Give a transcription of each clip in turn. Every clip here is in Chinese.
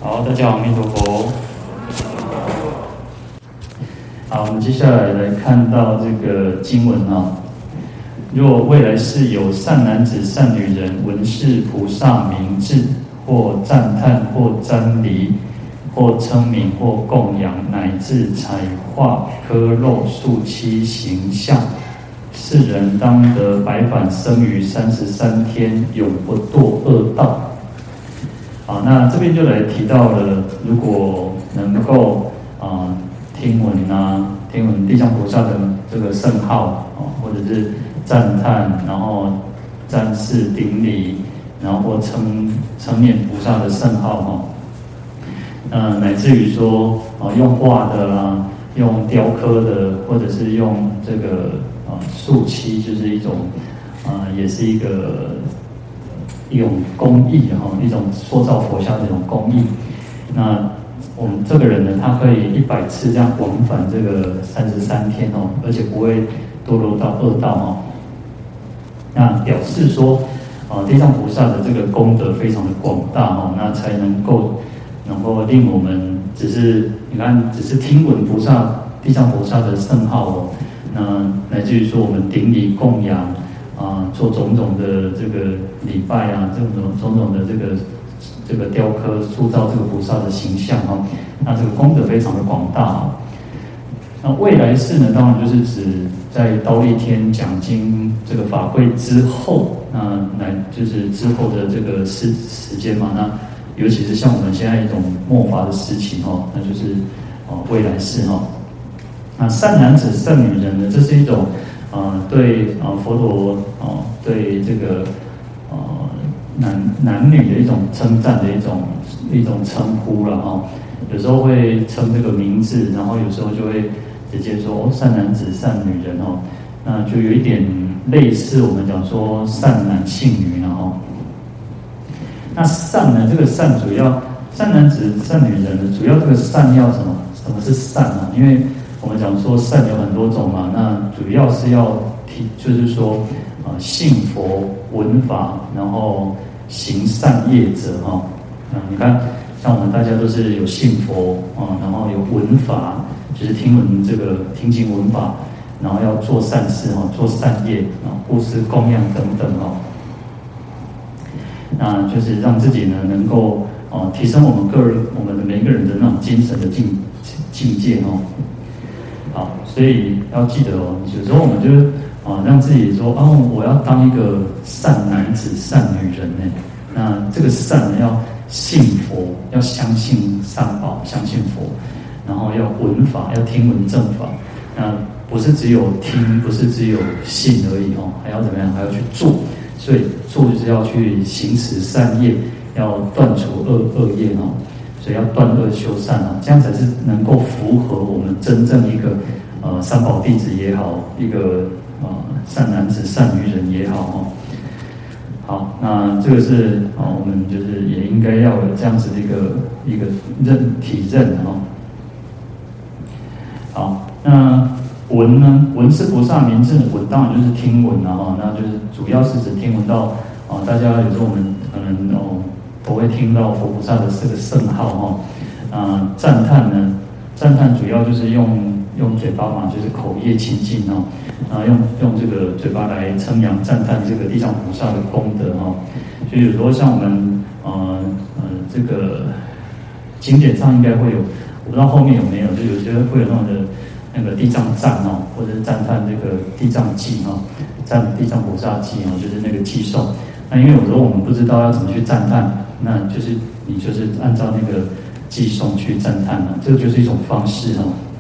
好，大家好，阿弥陀佛。好，我们接下来看到这个经文啊。若未来世有善男子、善女人，闻是菩萨名字，或赞叹，或瞻礼，或称名，或供养，乃至彩画、刻镂、塑漆形象，是人当得百返生于33天，永不堕恶道。好，那这边就来提到了，如果能够听闻地藏菩萨的这个圣号或者是赞叹，然后瞻视顶礼，然后或称念菩萨的圣号乃至于说用画的啦，用雕刻的，或者是用这个塑漆，就是一种也是一种工艺一种塑造佛像的一种工艺。那我们这个人呢，他可以100次这样往返这个33天而且不会堕落到恶道那表示说地藏菩萨的这个功德非常的广大那才能够令我们只是听闻地藏菩萨的圣号那乃至于说我们顶礼供养做种种的这个礼拜这种种的这个雕刻塑造这个菩萨的形象那这个功德非常的广大那未来世呢，当然就是指在忉利天讲经这个法会之后，就是之后的这个时间嘛。那尤其是像我们现在一种末法的时期那就是未来世那善男子善女人呢，这是一种对佛陀对这个男女的一种称赞的一种称呼了有时候会称这个名字，然后有时候就会直接说善男子善女人那就有一点类似我们讲说善男信女那善呢，这个善主要善男子善女人呢，主要这个善要什么？什么是善因为我们讲说善有很多种嘛，那主要是要就是说信佛闻法，然后行善业者你看像我们大家都是有信佛然后有闻法，就是听闻这个听经闻法，然后要做善事做善业布施供养等等那就是让自己呢能够提升我们的每一个人的那种精神的境界好，所以要记得有时候我们就是让自己说我要当一个善男子善女人那这个善呢要信佛，要相信三宝，相信佛，然后要闻法，要听闻正法。那不是只有听，不是只有信而已还要怎么样？还要去做。所以做就是要去行持善业，要断除恶业所以要断恶修善这样才是能够符合我们真正一个三宝弟子也好，一个善男子善女人也好好，那这个是我们就是也应该要有这样子的一个体认好，那闻呢？闻是菩萨名字，闻当然就是听闻那就是主要是指听闻到大家有时候我们可能都会听到佛菩萨的这个圣号赞叹呢，赞叹主要就是用嘴巴嘛，就是口业清净用这个嘴巴来称扬赞叹这个地藏菩萨的功德所以有时候像我们这个经典上应该会有，我不知道后面有没有，就有些会有那个地藏赞或者是赞叹这个地藏偈赞地藏菩萨偈就是那个偈颂。那因为有时候我们不知道要怎么去赞叹，那就是你就是按照那个偈颂去赞叹这个就是一种方式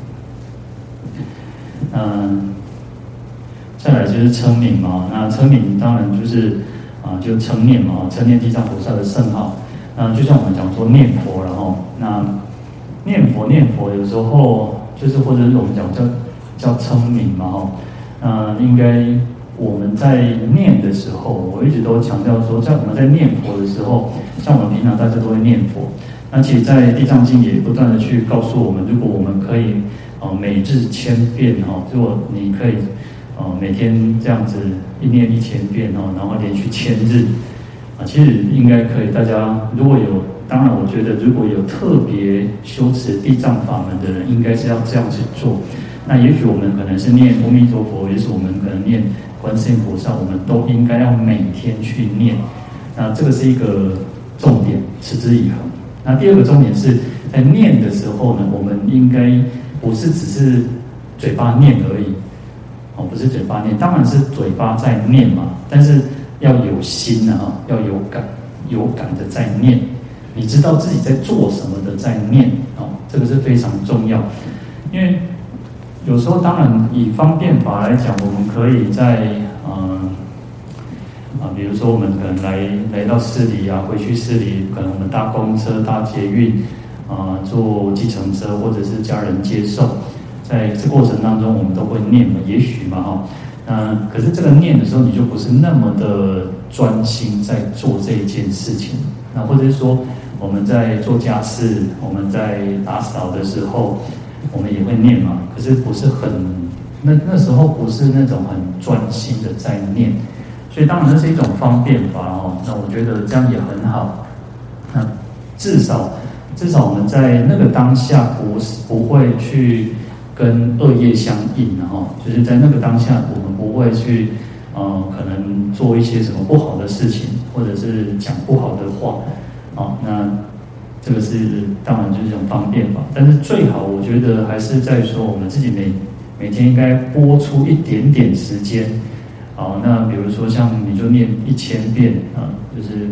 再来就是称名嘛，那称名当然就是就称念嘛，称念地藏菩萨的圣号。就像我们讲说念佛那念佛有时候就是或者是我们讲叫称名嘛应该我们在念的时候，我一直都强调说，在我们在念佛的时候，像我们平常大家都会念佛，那其实在地藏经也不断的去告诉我们，如果我们可以每日1000遍如果你可以每天这样子一念1000遍然后连续1000日其实应该可以，大家如果有当然，我觉得如果有特别修持地藏法门的人，应该是要这样去做。那也许我们可能是念阿弥陀佛，也许我们可能念观世音菩萨，我们都应该要每天去念。那这个是一个重点，持之以恒。那第二个重点是在念的时候呢，我们应该不是只是嘴巴念而已，不是嘴巴念，当然是嘴巴在念嘛，但是要有心啊，要有感的在念，你知道自己在做什么的在念这个是非常重要。因为有时候当然以方便法来讲，我们可以在比如说我们可能来到市里啊，回去市里，可能我们搭公车、搭捷运坐计程车，或者是家人接送，在这过程当中我们都会念嘛，也许嘛可是这个念的时候，你就不是那么的专心在做这一件事情。那或者是说我们在做家事，我们在打扫的时候，我们也会念嘛，可是不是很那时候不是那种很专心的在念。所以当然这是一种方便法那我觉得这样也很好。那至少我们在那个当下不会去跟恶业相应就是在那个当下我们不会去可能做一些什么不好的事情，或者是讲不好的话那这个是当然就是一种方便法。但是最好我觉得还是在说我们自己每天应该拨出一点点时间。那比如说像你就念1000遍就是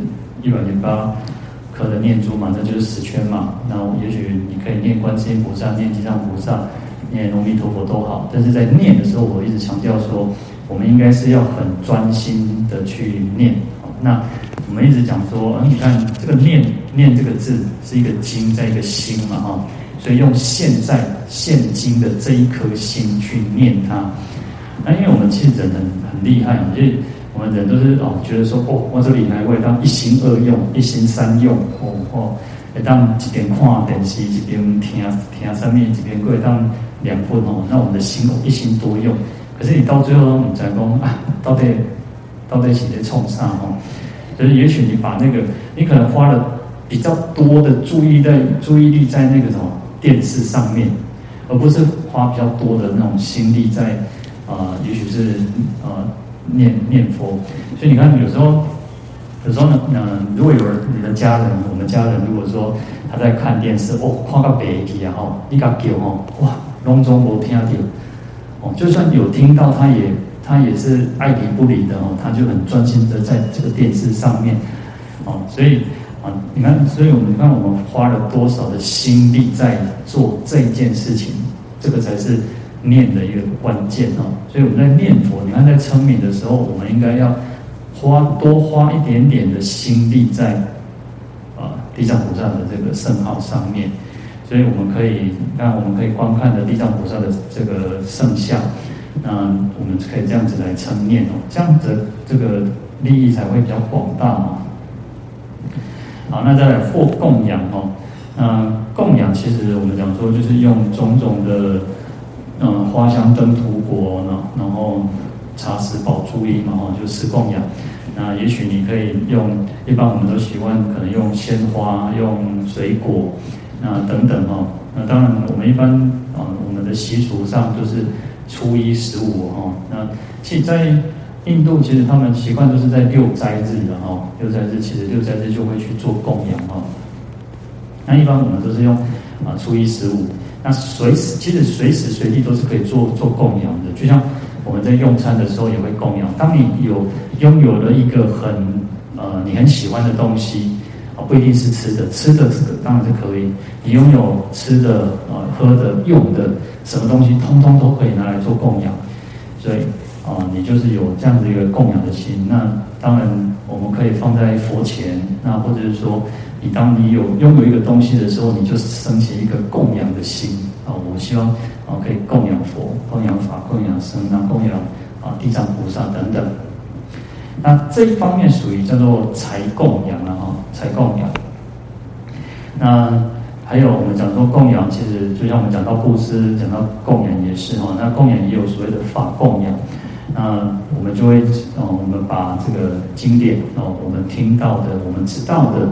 108颗的念珠嘛，那就是10圈嘛。那也许你可以念观世音菩萨、念地藏菩萨、念阿弥陀佛都好。但是在念的时候，我一直强调说，我们应该是要很专心的去念。那我们一直讲说，你看这个念这个字是一个经在一个心嘛所以用现今的这一颗心去念它。那因为我们其实人很厉害因为我们人都是觉得说我这里还会当一心二用、一心三用会当一边看电视一边听什么，一边会当2分那我们的心一心多用。可是你到最后你才讲到底是在冲啥就是也许你把那个你可能花了比较多的注意力在那个什么电视上面，而不是花比较多的那种心力在也许是念佛。所以你看有时候呢如果有你的家人，我们家人如果说他在看电视看到白去你给他叫哇拢总没听到就算有听到他也是爱理不理的他就很专心的在这个电视上面所以你看，所以我们花了多少的心力在做这件事情，这个才是念的一个关键所以我们在念佛，你看在称名的时候，我们应该要多花一点点的心力在地藏菩萨的这个圣号上面。所以我们可以观看的地藏菩萨的这个圣像，那我们可以这样子来称念这样子这个利益才会比较广大好，那再来或供养供养其实我们讲说就是用种种的花香灯涂果然后茶食宝珠衣嘛就是供养。那也许你可以用，一般我们都习惯可能用鲜花、用水果等等那当然我们一般我们的习俗上就是初一15那其实在印度其实他们习惯都是在6斋日6斋日其实6斋日就会去做供养那一般我们都是用初一15，那其实随时随地都是可以做供养的。就像我们在用餐的时候也会供养。当你拥有了一个你很喜欢的东西不一定是吃的当然是可以。你拥有吃的喝的用的什么东西，通通都可以拿来做供养。所以你就是有这样子一个供养的心。那当然我们可以放在佛前，那或者是说当你拥有一个东西的时候，你就升起一个供养的心我希望可以供养佛、供养法、供养僧，供养地藏菩萨等等。那这一方面属于叫做财供养财供养。那还有我们讲说供养，其实就像我们讲到布施，讲到供养也是那供养也有所谓的法供养。那我们就会我们把这个经典我们听到的、我们知道的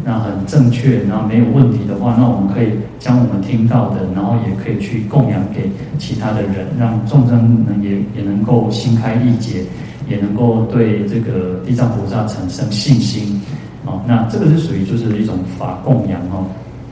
那很正确，然后没有问题的话，那我们可以将我们听到的，然后也可以去供养给其他的人，让众生也能够心开意解，也能够对这个地藏菩萨产生信心。那这个是属于就是一种法供养哦。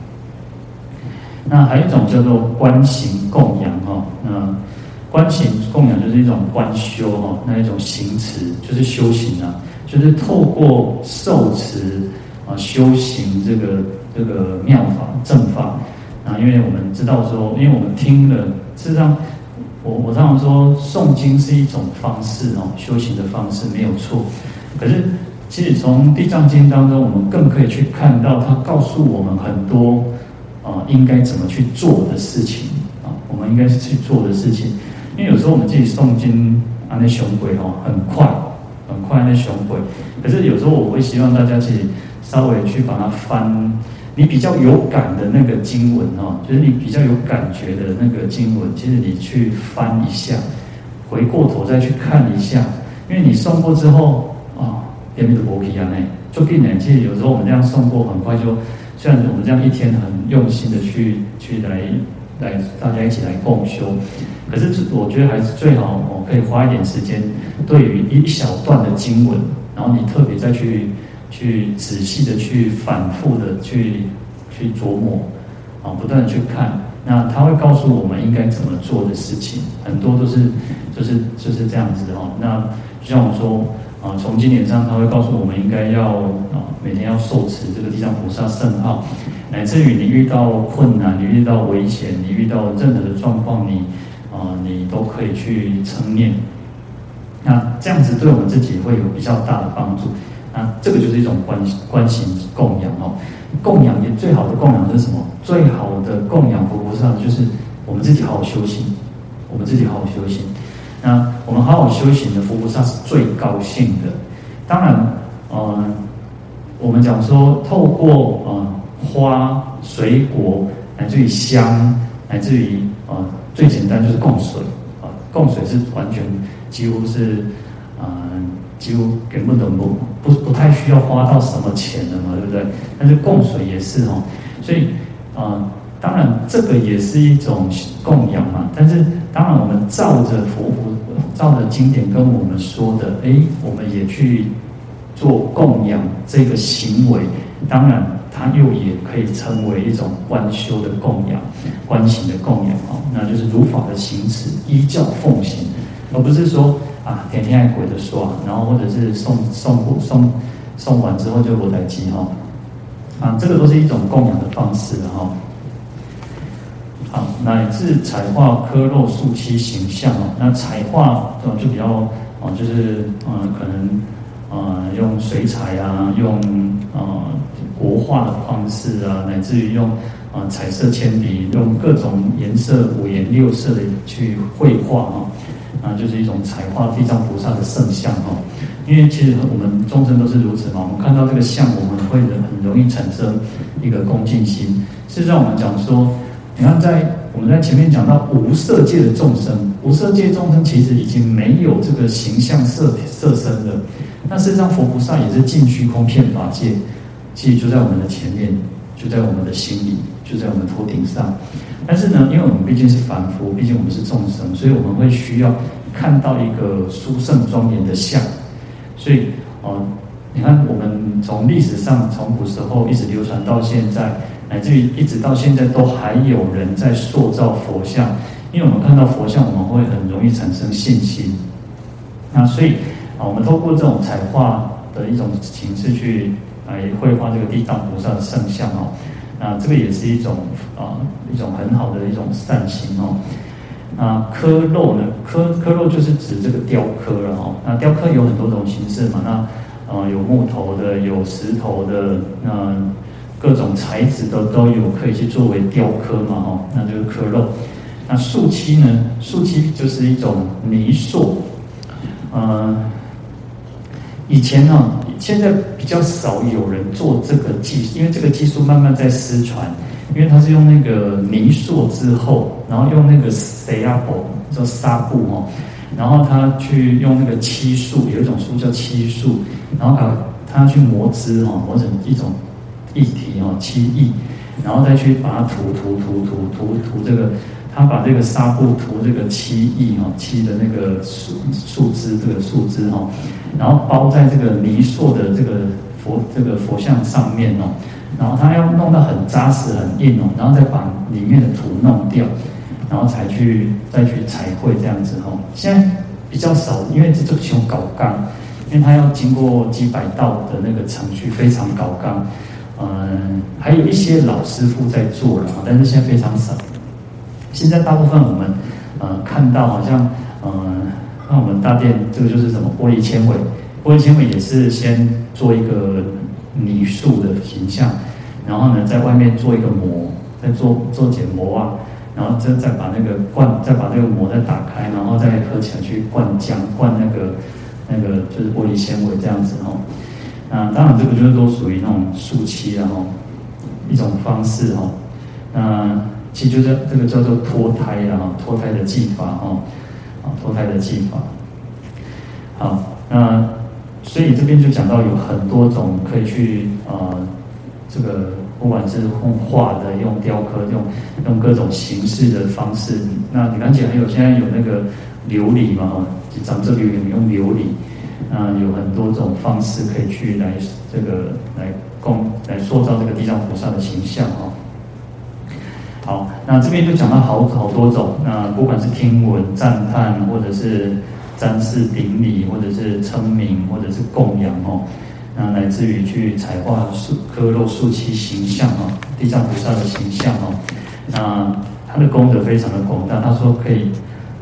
那还有一种叫做观行供养哦。那观行供养就是一种观修哦，那一种行持就是修行啊，就是透过受持修行这个妙法正法啊。因为我们知道说，因为我们听了，事实上我常常说诵经是一种方式哦，修行的方式没有错。可是其实从地藏经当中，我们更可以去看到，它告诉我们很多应该怎么去做的事情啊，我们应该是去做的事情。因为有时候我们自己诵经那雄轨很快那雄轨，可是有时候我会希望大家去稍微去把它翻，你比较有感的那个经文就是你比较有感觉的那个经文，其实你去翻一下，回过头再去看一下，因为你诵过之后边边的薄皮就变难。其实有时候我们这样诵过，很快就，虽然我们这样一天很用心的去来大家一起来共修，可是我觉得还是最好可以花一点时间，对于一小段的经文，然后你特别再去仔细的去反复的去琢磨不断的去看，那他会告诉我们应该怎么做的事情，很多都是就是这样子那就像我说从经典上他会告诉我们应该要每天要受持这个地藏菩萨圣号，乃至于你遇到困难，你遇到危险，你遇到任何的状况，你都可以去称念。那这样子对我们自己会有比较大的帮助。那这个就是一种观行供养供养也最好的供养是什么？最好的供养佛菩萨就是我们自己好好修行，我们自己好好修行。那我们好好修行的佛菩萨是最高兴的。当然，我们讲说透过花、水果，乃至于香，乃至于最简单就是供水供水是完全几乎是几乎根本都不太需要花到什么钱的嘛，对不对？但是供水也是所以当然这个也是一种供养嘛。但是当然我们照着照着经典跟我们说的，我们也去做供养这个行为，当然它又也可以称为一种观修的供养、观行的供养那就是如法的行持，依教奉行，而不是说天天爱鬼的说然后或者是送完之后就没代志这个都是一种供养的方式乃至彩画刻肉塑漆形象那彩画就比较就是可能用水彩用国画的方式乃至于用彩色铅笔，用各种颜色五颜六色的去绘画就是一种彩画地藏菩萨的圣像因为其实我们众生都是如此嘛，我们看到这个像，我们会很容易产生一个恭敬心。事实上，我们讲说，你看我们在前面讲到无色界的众生，无色界众生其实已经没有这个形象色身了。那事实上，佛菩萨也是尽虚空遍法界，其实就在我们的前面，就在我们的心里，就在我们头顶上。但是呢，因为我们毕竟是凡夫，毕竟我们是众生，所以我们会需要看到一个殊胜庄严的像。所以你看我们从历史上从古时候一直流传到现在，乃至于一直到现在都还有人在塑造佛像，因为我们看到佛像，我们会很容易产生信心。那所以我们透过这种彩画的一种形式去来绘画这个地藏菩萨的圣像那这个也是一种很好的一种善行那刻肉呢？刻肉就是指这个雕刻了那雕刻有很多种形式嘛，那有木头的，有石头的，那各种材质都有可以去作为雕刻嘛那就是刻肉。那塑漆呢？塑漆就是一种泥塑。以前现在比较少有人做这个技术，因为这个技术慢慢在失传。因为它是用那个泥塑之后，然后用那个叫纱布然后他去用那个漆树，有一种树叫漆树，然后他去磨汁磨成一种液体哦，7液，然后再去把它涂这个，他把这个纱布涂这个7液哦，7的那个树枝这个树枝哦，然后包在这个泥塑的这个佛像上面哦，然后他要弄到很扎实很硬哦，然后再把里面的土弄掉，然后再去彩绘这样子哦。现在比较少，因为这就搞纲，因为它要经过几百道的那个程序，非常搞纲。还有一些老师傅在做了，但是现在非常少。现在大部分我们看到好像那我们大殿这个就是什么玻璃纤维，玻璃纤维也是先做一个泥塑的形象，然后呢在外面做一个膜，再做剪膜啊，然后再把那个再把这个膜再打开，然后再合起来去灌浆，灌那个就是玻璃纤维这样子哦。那当然这个就是都属于那种塑漆然后一种方式哦。那其实就是这个叫做脱胎啊，脱胎的技法哦，脱胎的技法。好，那所以这边就讲到有很多种可以去这个不管是用画的、用雕刻、用各种形式的方式。那你看起来还有现在有那个琉璃嘛哈，长这里有用琉璃。有很多种方式可以去来塑造这个地藏菩萨的形象哦。好，那这边就讲到好多种，那不管是听闻、赞叹，或者是瞻视顶礼，或者是称名，或者是供养哦，那来自于去彩画刻镂塑漆形象哦，地藏菩萨的形象哦。那他的功德非常的广大，他说可以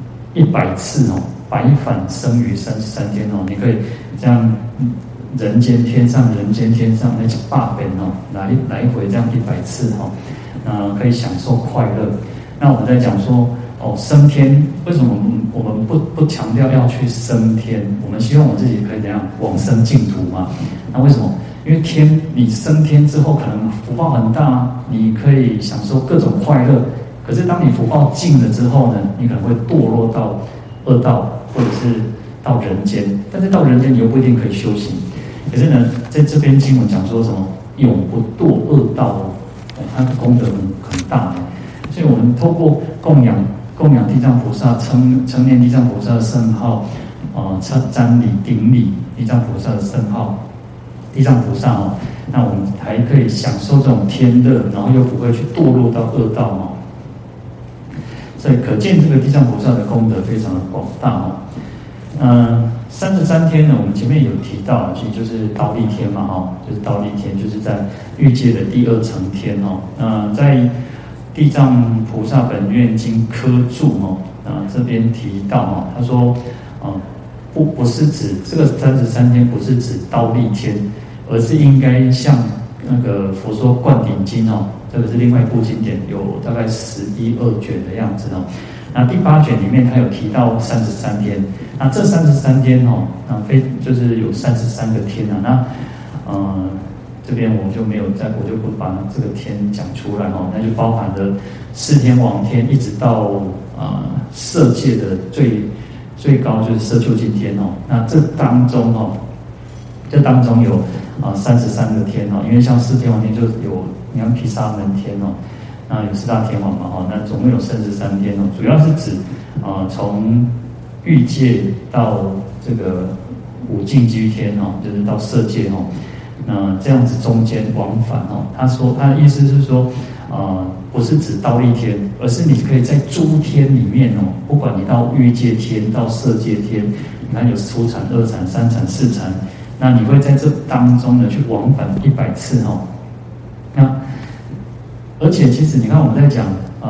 100次哦。百返生于33天哦，你可以这样人间天上人间天上那8遍哦，来回这样100次哦，可以享受快乐。那我们在讲说哦，升天为什么我们不强调要去升天？我们希望我自己可以怎样往生净土嘛？那为什么？因为你升天之后，可能福报很大，你可以享受各种快乐。可是当你福报尽了之后呢，你可能会堕落到恶道。或者是到人间，但是到人间你又不一定可以修行。可是呢，在这边经文讲说什么永不堕恶道哦，它的功德很大。所以我们透过供养地藏菩萨，称念地藏菩萨的圣号，瞻礼顶礼地藏菩萨的圣号，地藏菩萨哦，那我们还可以享受这种天乐，然后又不会去堕落到恶道哦。所以可见这个地藏菩萨的功德非常的广大哦。33天呢，我们前面有提到，其实就是忉利天嘛，就是忉利天，就是在欲界的第2层天哦。在《地藏菩萨本愿经》科注哦，这边提到他说，不是指这个33天，不是指忉利天，而是应该像那个佛说《灌顶经》哦。这个是另外一部经典，有大概11、2卷的样子哦。那第8卷里面，它有提到33天。那这33天哦，就是有33个天啊。那这边我就不把这个天讲出来哦。那就包含了4天王天，一直到色界的最高就是色究竟天哦。那这当中有33个天哦，因为像4天王天就有。你看毗沙门天哦，那有4大天王嘛那总共有33天哦，主要是指从欲界到这个5境居天哦，就是到色界哦，那这样子中间往返哦，他的意思是说，不是指忉利天，而是你可以在诸天里面哦，不管你到欲界天到色界天，你看有初禅、2禅、3禅、4禅，那你会在这当中呢去往返100次哦。那而且其实你看我们在讲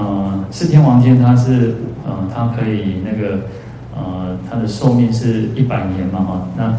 4天王天，它是它可以那个它的寿命是100年嘛那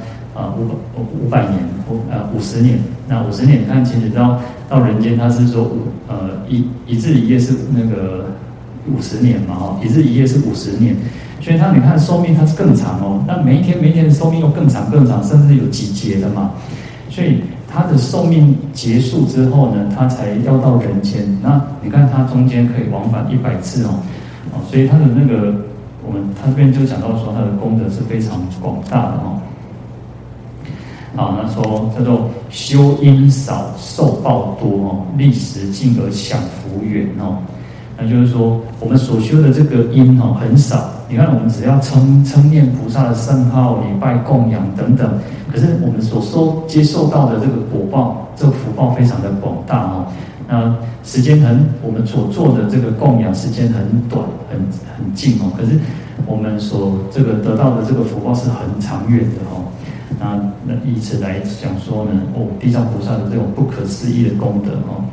500年50年，那50年你看其实到人间它是说一日一夜是那个50年嘛一日一夜是50年，所以你看寿命它是更长哦，那每一天的寿命又更长，甚至有几劫的嘛，所以。它的寿命结束之后呢，它才要到人间。那你看它中间可以往返100次哦，所以它的那个他这边就讲到说，它的功德是非常广大的哦。 啊，那说叫做修因少，受报多哦，历时近而享福远哦。那就是说，我们所修的这个因哦很少。你看，我们只要称念菩萨的圣号、礼拜供养等等，可是我们所接受到的这个果报，这个福报非常的广大哦。那时间我们所做的这个供养时间很短，很近哦。可是我们所这个得到的这个福报是很长远的哦。那以此来讲说呢，地藏菩萨的这种不可思议的功德哦。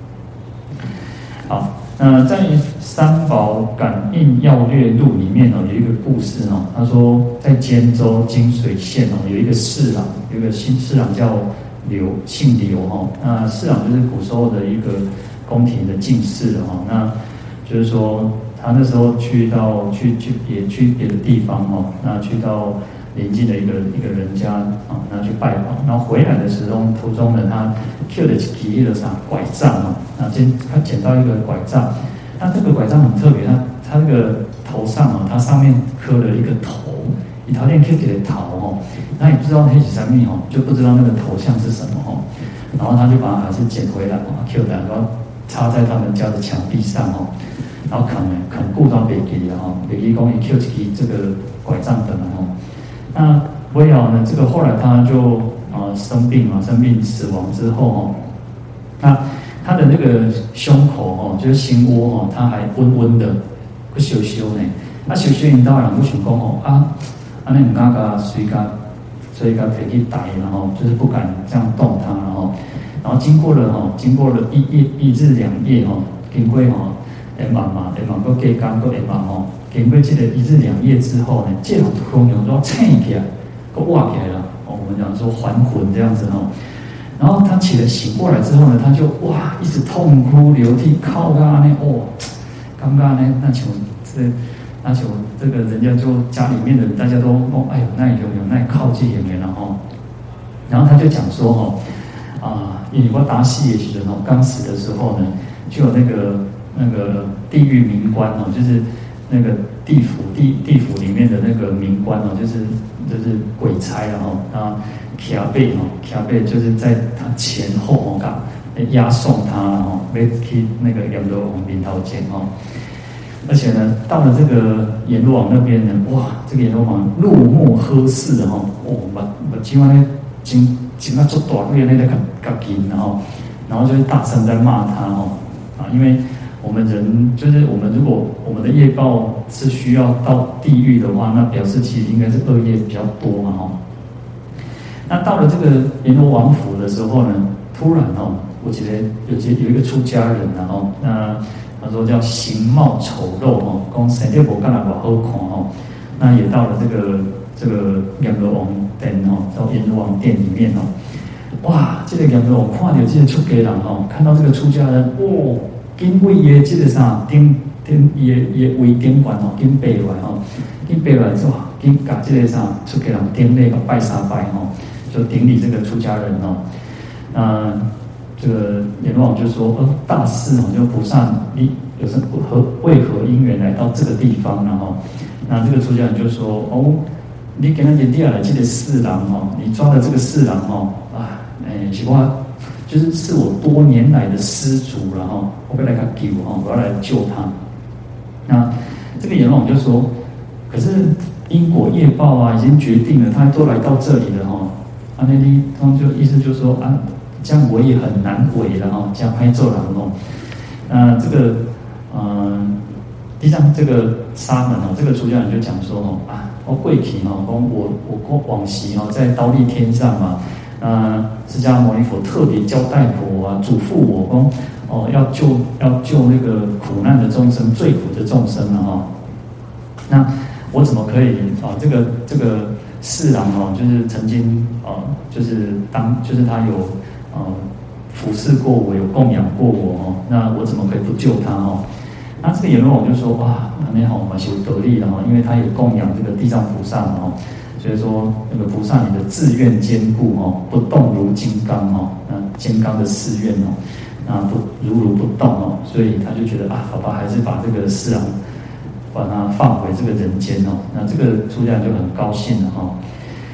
好，那在《三宝感应要略录》里面哦，有一个故事哦。他说，在坚州金水县哦，有一个侍郎，有一个新侍郎叫姓刘哦。那侍郎就是古时候的一个宫廷的进士哦。那就是说，他那时候去别的地方哦，那去到邻近的一个人家啊，那去拜访，然后回来的时候途中呢，他捡了一个拐杖啊，他捡到一个拐杖，那这个拐杖很特别，他这个头上啊，它上面刻了一个头，一条链刻给的头哦，那也不知道那是什么哦，就不知道那个头像是什么哦，然后他就把它还是捡回来哦，刻的，然后插在他们家的墙壁上哦，然后肯顾到北极了哦，北极公一刻起这个拐杖的哦。那维尔呢？这个后来他就生病死亡之后哦，那他的那个胸口哦，就是心窝哦，他还温温的，不羞呢。那羞引导人不想讲哦那唔敢个随个飞去逮，然后就是不敢这样动它，然后经过了一日两夜哦，经过慢个加工个慢哦。经过这个一日两夜之后呢，这种空有都醒起来，都挖起来了。我们讲说还魂这样子哦。然后他醒过来之后呢，他就一直痛哭流涕，靠他呢刚刚呢那球这个人家就家里面的人大家都哎呦那有那靠近也没了哦。然后他就讲说因为我打戏的时候刚死的时候呢，就有那个地狱冥官哦，就是那个地府里面的那个冥官哦，就是鬼差啊卡背就是在他前后押送他要去那个阎罗王面头前哦。而且呢，到了这个阎罗王那边呢，这个阎罗王落寞呵斥把今晚呢今晚做大会那个夹紧然后就大声在骂他因为我们人就是如果我们的业报是需要到地狱的话，那表示其实应该是恶业比较多嘛那到了这个阎罗王府的时候呢，突然我觉得有一个出家人那他说叫形貌丑陋讲神力无干哪不好看那也到了这个阎罗王殿到阎罗王殿里面这个阎罗王看到这个出家人看到这个出家人紧为伊的这个啥顶伊为顶管紧爬来之后紧把这个啥出家人顶那个拜三拜就顶礼这个出家人那这个阎罗王就说大士就菩萨你有什么为何因缘来到这个地方那这个出家人就说你给他点第二来这个侍郎你抓的这个侍郎是我就是我多年来的施主了我要来他救我要来救他。那这个阎罗王就说，可是因果业报已经决定了，他都来到这里了那他就意思就是说这样我也很难为了这样拍做人那这个地上这个沙门这个出家人就讲说我过去我往昔在忉利天上嘛。释迦牟尼佛特别交代我嘱咐我要救那个苦难的众生，最苦的众生那我怎么可以这个侍郎就是曾经就是他有服侍过我，有供养过我那我怎么可以不救他那这个阎罗王就说那好嘛，修得力了因为他有供养这个地藏菩萨所以说那个菩萨你的志愿坚固不动如金刚那金刚的誓愿那不如不动所以他就觉得好吧，还是把这个侍郎把他放回这个人间那这个出家人就很高兴了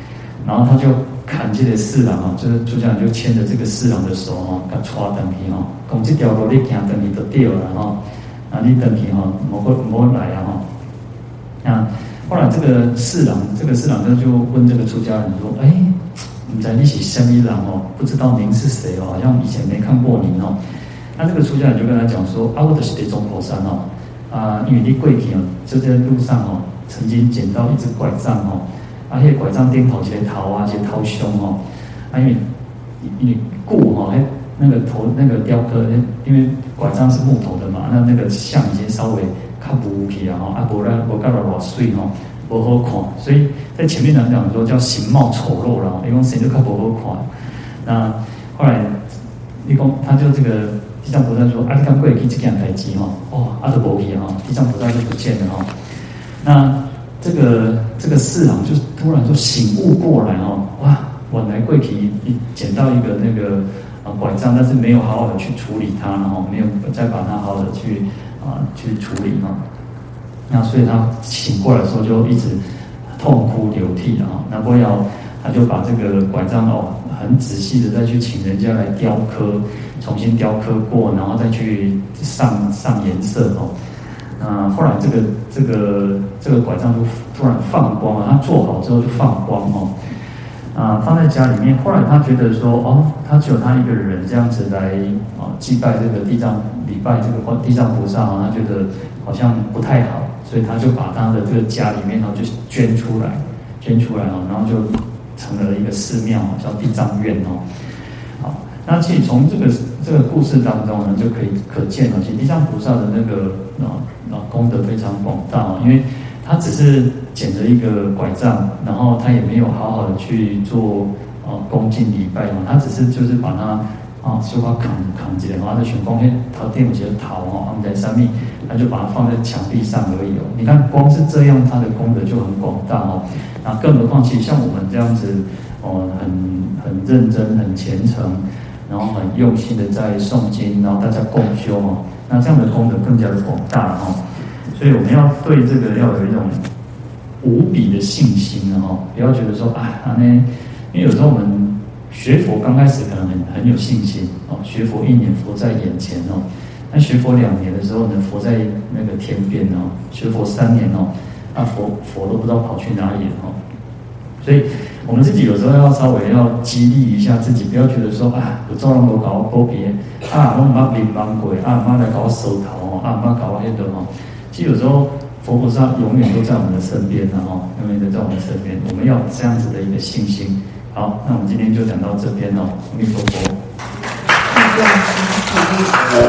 然后他就砍这个侍郎哦，就是出家人就牵着这个侍郎的手哦，给他带回去哦，讲这条路你行回去就对了哈，啊你回去哈，莫来啊哈。那后来这个侍郎他就问这个出家人说，哎，你在你是什么人哦？不知道您是谁哦？好像以前没看过您哦。那这个出家人就跟他讲说，啊，我就是在中佛山哦，啊，因为你过去哦，就在路上哦，曾经捡到一只拐杖哦，啊，那个拐杖顶头一个头啊，一个头胸哦，啊，因为固哈，那个头那个雕刻，因为拐杖是木头的嘛，那个像已经稍微较浮起啊，啊，无搞到偌水吼，无好看，所以在前面来讲说叫形貌丑陋啦，因为谁都较无好看。那后来你讲，他就这个地藏菩萨说，啊，你刚过去这件代志吼，哦，啊都无去哈，地藏菩萨就不见了哈。那这个侍郎就突然就醒悟过来哦，哇，我来过去捡到一个那个拐杖，但是没有好好的去处理它，然后没有再把它好好的去处理哈。那所以他醒过来的时候就一直痛哭流涕啊。那不要他就把这个拐杖哦，很仔细的再去请人家来雕刻，重新雕刻过，然后再去上颜色哦。后来这个拐杖就突然放光了，他做好之后就放光哦。放在家里面。后来他觉得说，哦，他只有他一个人这样子来祭拜这个礼拜这个地藏菩萨他觉得好像不太好，所以他就把他的这个家里面就捐出来然后就成了一个寺庙叫地藏院哦。好，那其实从这个故事当中呢，就可见其实地藏菩萨的那个功德非常广大因为他只是捡着一个拐杖，然后他也没有好好的去做恭敬礼拜他只是就是把它小可扛起来，然后就想讲头顶有一个头放在上面，他就把它放在墙壁上而已你看光是这样，他的功德就很广大那更何况其实像我们这样子很认真、很虔诚，然后很用心的在诵经，然后大家共修那这样的功德更加的广大所以我们要对这个要有一种无比的信心不要觉得说因为有时候我们学佛刚开始可能很有信心学佛1年佛在眼前那学佛2年的时候呢，佛在那个天边学佛3年佛都不知道跑去哪里了所以我们自己有时候要稍微要激励一下自己，不要觉得说有众人都搞我勾别我唔捌灵忙鬼唔捌来搞我手头唔捌搞我迄个其实有时候佛菩萨永远都在我们的身边永远都在我们的身边，我们要有这样子的一个信心。好，那我们今天就讲到这边阿弥陀佛。